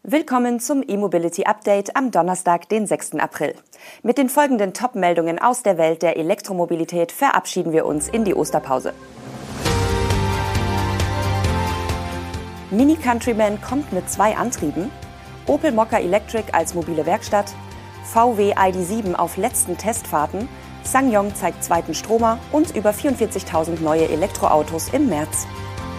Willkommen zum E-Mobility Update am Donnerstag, den 6. April. Mit den folgenden Top-Meldungen aus der Welt der Elektromobilität verabschieden wir uns in die Osterpause. Mini Countryman kommt mit 2 Antrieben, Opel Mokka Electric als mobile Werkstatt, VW ID.7 auf letzten Testfahrten, SsangYong zeigt zweiten Stromer und über 44.000 neue Elektroautos im März.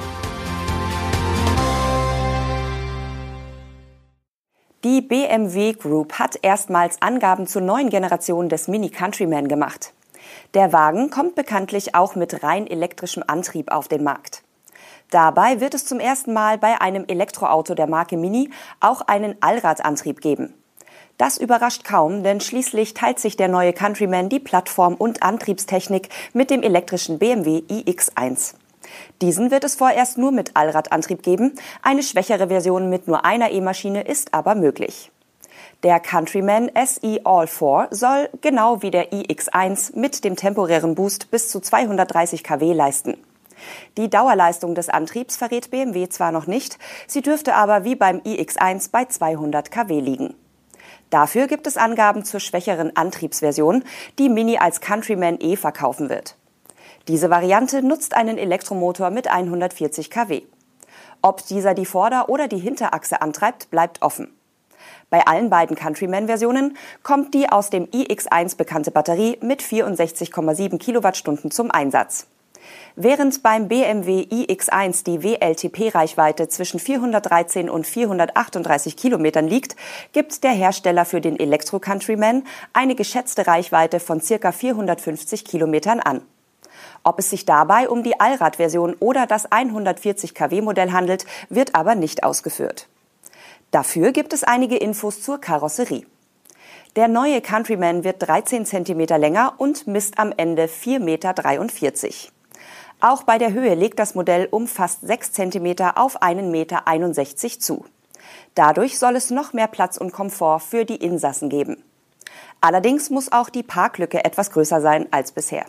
Die BMW Group hat erstmals Angaben zur neuen Generation des Mini Countryman gemacht. Der Wagen kommt bekanntlich auch mit rein elektrischem Antrieb auf den Markt. Dabei wird es zum ersten Mal bei einem Elektroauto der Marke Mini auch einen Allradantrieb geben. Das überrascht kaum, denn schließlich teilt sich der neue Countryman die Plattform und Antriebstechnik mit dem elektrischen BMW iX1. Diesen wird es vorerst nur mit Allradantrieb geben. Eine schwächere Version mit nur einer E-Maschine ist aber möglich. Der Countryman SE All4 soll genau wie der iX1 mit dem temporären Boost bis zu 230 kW leisten. Die Dauerleistung des Antriebs verrät BMW zwar noch nicht, sie dürfte aber wie beim iX1 bei 200 kW liegen. Dafür gibt es Angaben zur schwächeren Antriebsversion, die Mini als Countryman E verkaufen wird. Diese Variante nutzt einen Elektromotor mit 140 kW. Ob dieser die Vorder- oder die Hinterachse antreibt, bleibt offen. Bei allen beiden Countryman-Versionen kommt die aus dem iX1 bekannte Batterie mit 64,7 Kilowattstunden zum Einsatz. Während beim BMW iX1 die WLTP-Reichweite zwischen 413 und 438 Kilometern liegt, gibt der Hersteller für den Elektro-Countryman eine geschätzte Reichweite von ca. 450 Kilometern an. Ob es sich dabei um die Allradversion oder das 140 kW-Modell handelt, wird aber nicht ausgeführt. Dafür gibt es einige Infos zur Karosserie. Der neue Countryman wird 13 cm länger und misst am Ende 4,43 Meter. Auch bei der Höhe legt das Modell um fast 6 cm auf 1,61 Meter zu. Dadurch soll es noch mehr Platz und Komfort für die Insassen geben. Allerdings muss auch die Parklücke etwas größer sein als bisher.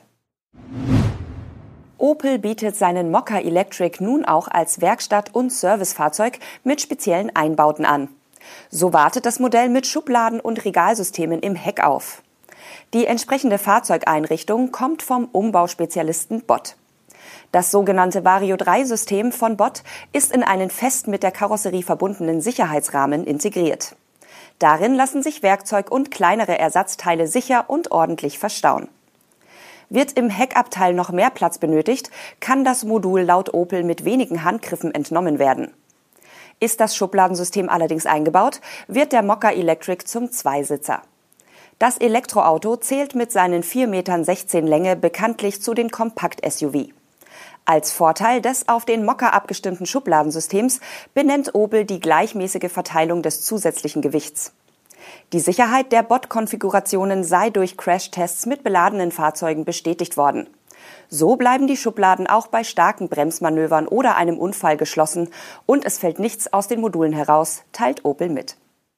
Opel bietet seinen Mokka Electric nun auch als Werkstatt- und Servicefahrzeug mit speziellen Einbauten an. So wartet das Modell mit Schubladen und Regalsystemen im Heck auf. Die entsprechende Fahrzeugeinrichtung kommt vom Umbauspezialisten Bott. Das sogenannte Vario 3-System von Bott ist in einen fest mit der Karosserie verbundenen Sicherheitsrahmen integriert. Darin lassen sich Werkzeug und kleinere Ersatzteile sicher und ordentlich verstauen. Wird im Heckabteil noch mehr Platz benötigt, kann das Modul laut Opel mit wenigen Handgriffen entnommen werden. Ist das Schubladensystem allerdings eingebaut, wird der Mokka Electric zum Zweisitzer. Das Elektroauto zählt mit seinen 4,16 Metern Länge bekanntlich zu den Kompakt-SUV. Als Vorteil des auf den Mokka abgestimmten Schubladensystems benennt Opel die gleichmäßige Verteilung des zusätzlichen Gewichts. Die Sicherheit der Bott-Konfigurationen sei durch Crashtests mit beladenen Fahrzeugen bestätigt worden. So bleiben die Schubladen auch bei starken Bremsmanövern oder einem Unfall geschlossen und es fällt nichts aus den Modulen heraus, teilt Opel mit.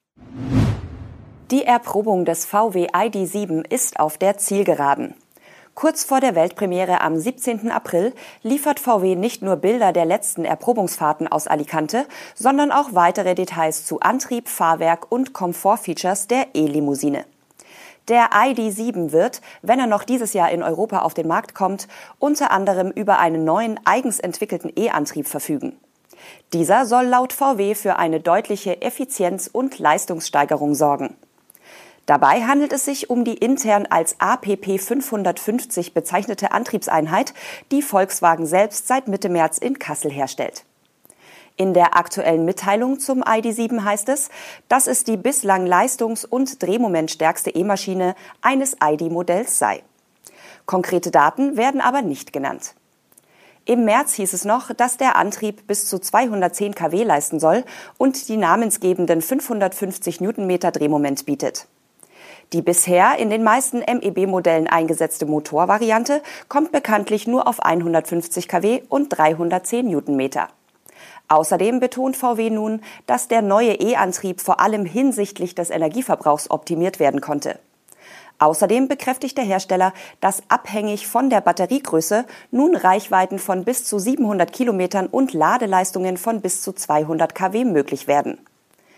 Die Erprobung des VW ID.7 ist auf der Zielgeraden. Kurz vor der Weltpremiere am 17. April liefert VW nicht nur Bilder der letzten Erprobungsfahrten aus Alicante, sondern auch weitere Details zu Antrieb, Fahrwerk und Komfortfeatures der E-Limousine. Der ID.7 wird, wenn er noch dieses Jahr in Europa auf den Markt kommt, unter anderem über einen neuen eigens entwickelten E-Antrieb verfügen. Dieser soll laut VW für eine deutliche Effizienz- und Leistungssteigerung sorgen. Dabei handelt es sich um die intern als APP 550 bezeichnete Antriebseinheit, die Volkswagen selbst seit Mitte März in Kassel herstellt. In der aktuellen Mitteilung zum ID.7 heißt es, dass es die bislang leistungs- und drehmomentstärkste E-Maschine eines ID-Modells sei. Konkrete Daten werden aber nicht genannt. Im März hieß es noch, dass der Antrieb bis zu 210 kW leisten soll und die namensgebenden 550 Newtonmeter Drehmoment bietet. Die bisher in den meisten MEB-Modellen eingesetzte Motorvariante kommt bekanntlich nur auf 150 kW und 310 Newtonmeter. Außerdem betont VW nun, dass der neue E-Antrieb vor allem hinsichtlich des Energieverbrauchs optimiert werden konnte. Außerdem bekräftigt der Hersteller, dass abhängig von der Batteriegröße nun Reichweiten von bis zu 700 Kilometern und Ladeleistungen von bis zu 200 kW möglich werden.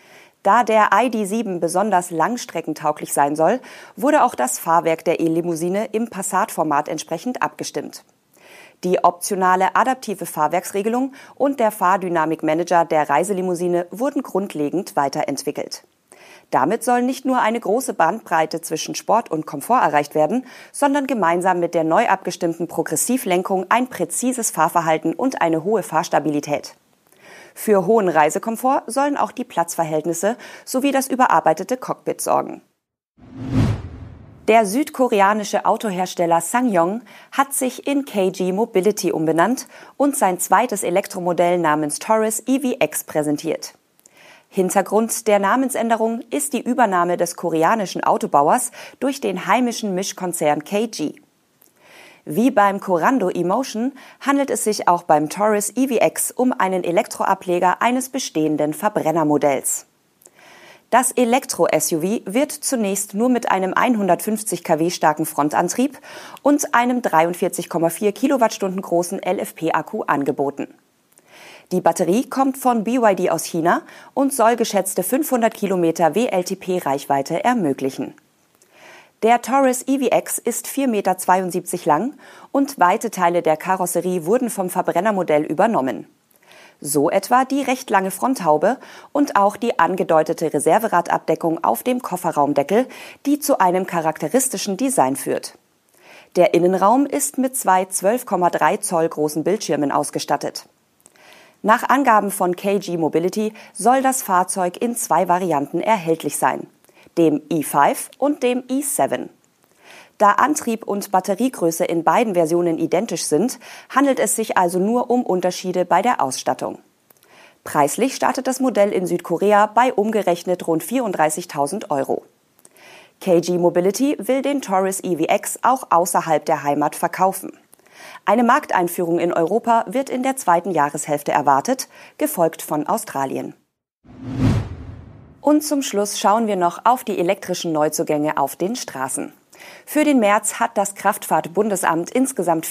Da der ID.7 besonders langstreckentauglich sein soll, wurde auch das Fahrwerk der E-Limousine im Passat-Format entsprechend abgestimmt. Die optionale adaptive Fahrwerksregelung und der Fahrdynamikmanager der Reiselimousine wurden grundlegend weiterentwickelt. Damit soll nicht nur eine große Bandbreite zwischen Sport und Komfort erreicht werden, sondern gemeinsam mit der neu abgestimmten Progressivlenkung ein präzises Fahrverhalten und eine hohe Fahrstabilität. Für hohen Reisekomfort sollen auch die Platzverhältnisse sowie das überarbeitete Cockpit sorgen. Der südkoreanische Autohersteller SsangYong hat sich in KG Mobility umbenannt und sein zweites Elektromodell namens Taurus EVX präsentiert. Hintergrund der Namensänderung ist die Übernahme des koreanischen Autobauers durch den heimischen Mischkonzern KG. Wie beim Corando E-Motion handelt es sich auch beim Taurus EVX um einen Elektroableger eines bestehenden Verbrennermodells. Das Elektro-SUV wird zunächst nur mit einem 150 kW starken Frontantrieb und einem 43,4 Kilowattstunden großen LFP-Akku angeboten. Die Batterie kommt von BYD aus China und soll geschätzte 500 Kilometer WLTP-Reichweite ermöglichen. Der Taurus EVX ist 4,72 Meter lang und weite Teile der Karosserie wurden vom Verbrennermodell übernommen. So etwa die recht lange Fronthaube und auch die angedeutete Reserveradabdeckung auf dem Kofferraumdeckel, die zu einem charakteristischen Design führt. Der Innenraum ist mit zwei 12,3 Zoll großen Bildschirmen ausgestattet. Nach Angaben von KG Mobility soll das Fahrzeug in zwei Varianten erhältlich sein, dem i5 und dem i7. Da Antrieb und Batteriegröße in beiden Versionen identisch sind, handelt es sich also nur um Unterschiede bei der Ausstattung. Preislich startet das Modell in Südkorea bei umgerechnet rund 34.000 €. KG Mobility will den Taurus EVX auch außerhalb der Heimat verkaufen. Eine Markteinführung in Europa wird in der zweiten Jahreshälfte erwartet, gefolgt von Australien. Und zum Schluss schauen wir noch auf die elektrischen Neuzugänge auf den Straßen. Für den März hat das Kraftfahrtbundesamt insgesamt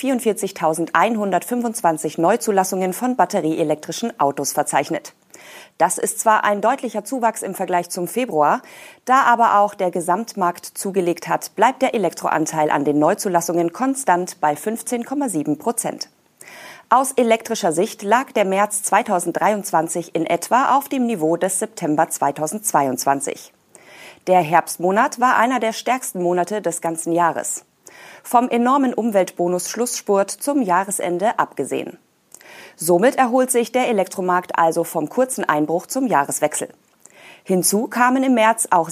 44.125 Neuzulassungen von batterieelektrischen Autos verzeichnet. Das ist zwar ein deutlicher Zuwachs im Vergleich zum Februar, da aber auch der Gesamtmarkt zugelegt hat, bleibt der Elektroanteil an den Neuzulassungen konstant bei 15,7%. Aus elektrischer Sicht lag der März 2023 in etwa auf dem Niveau des September 2022. Der Herbstmonat war einer der stärksten Monate des ganzen Jahres. Vom enormen Umweltbonus-Schlussspurt zum Jahresende abgesehen. Somit erholt sich der Elektromarkt also vom kurzen Einbruch zum Jahreswechsel. Hinzu kamen im März auch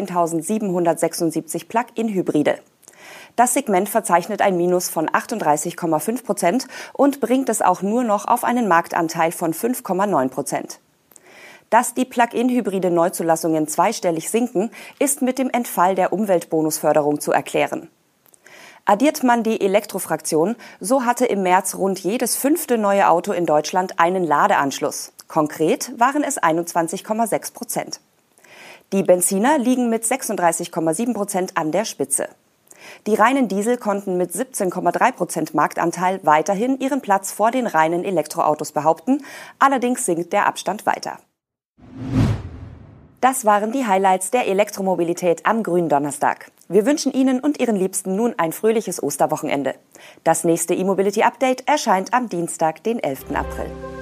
16.776 Plug-in-Hybride. Das Segment verzeichnet ein Minus von 38,5% und bringt es auch nur noch auf einen Marktanteil von 5,9%. Dass die Plug-in-Hybride-Neuzulassungen zweistellig sinken, ist mit dem Entfall der Umweltbonusförderung zu erklären. Addiert man die Elektrofraktion, so hatte im März rund jedes 5. neue Auto in Deutschland einen Ladeanschluss. Konkret waren es 21,6%. Die Benziner liegen mit 36,7% an der Spitze. Die reinen Diesel konnten mit 17,3% Marktanteil weiterhin ihren Platz vor den reinen Elektroautos behaupten, allerdings sinkt der Abstand weiter. Das waren die Highlights der Elektromobilität am Gründonnerstag. Wir wünschen Ihnen und Ihren Liebsten nun ein fröhliches Osterwochenende. Das nächste E-Mobility Update erscheint am Dienstag, den 11. April.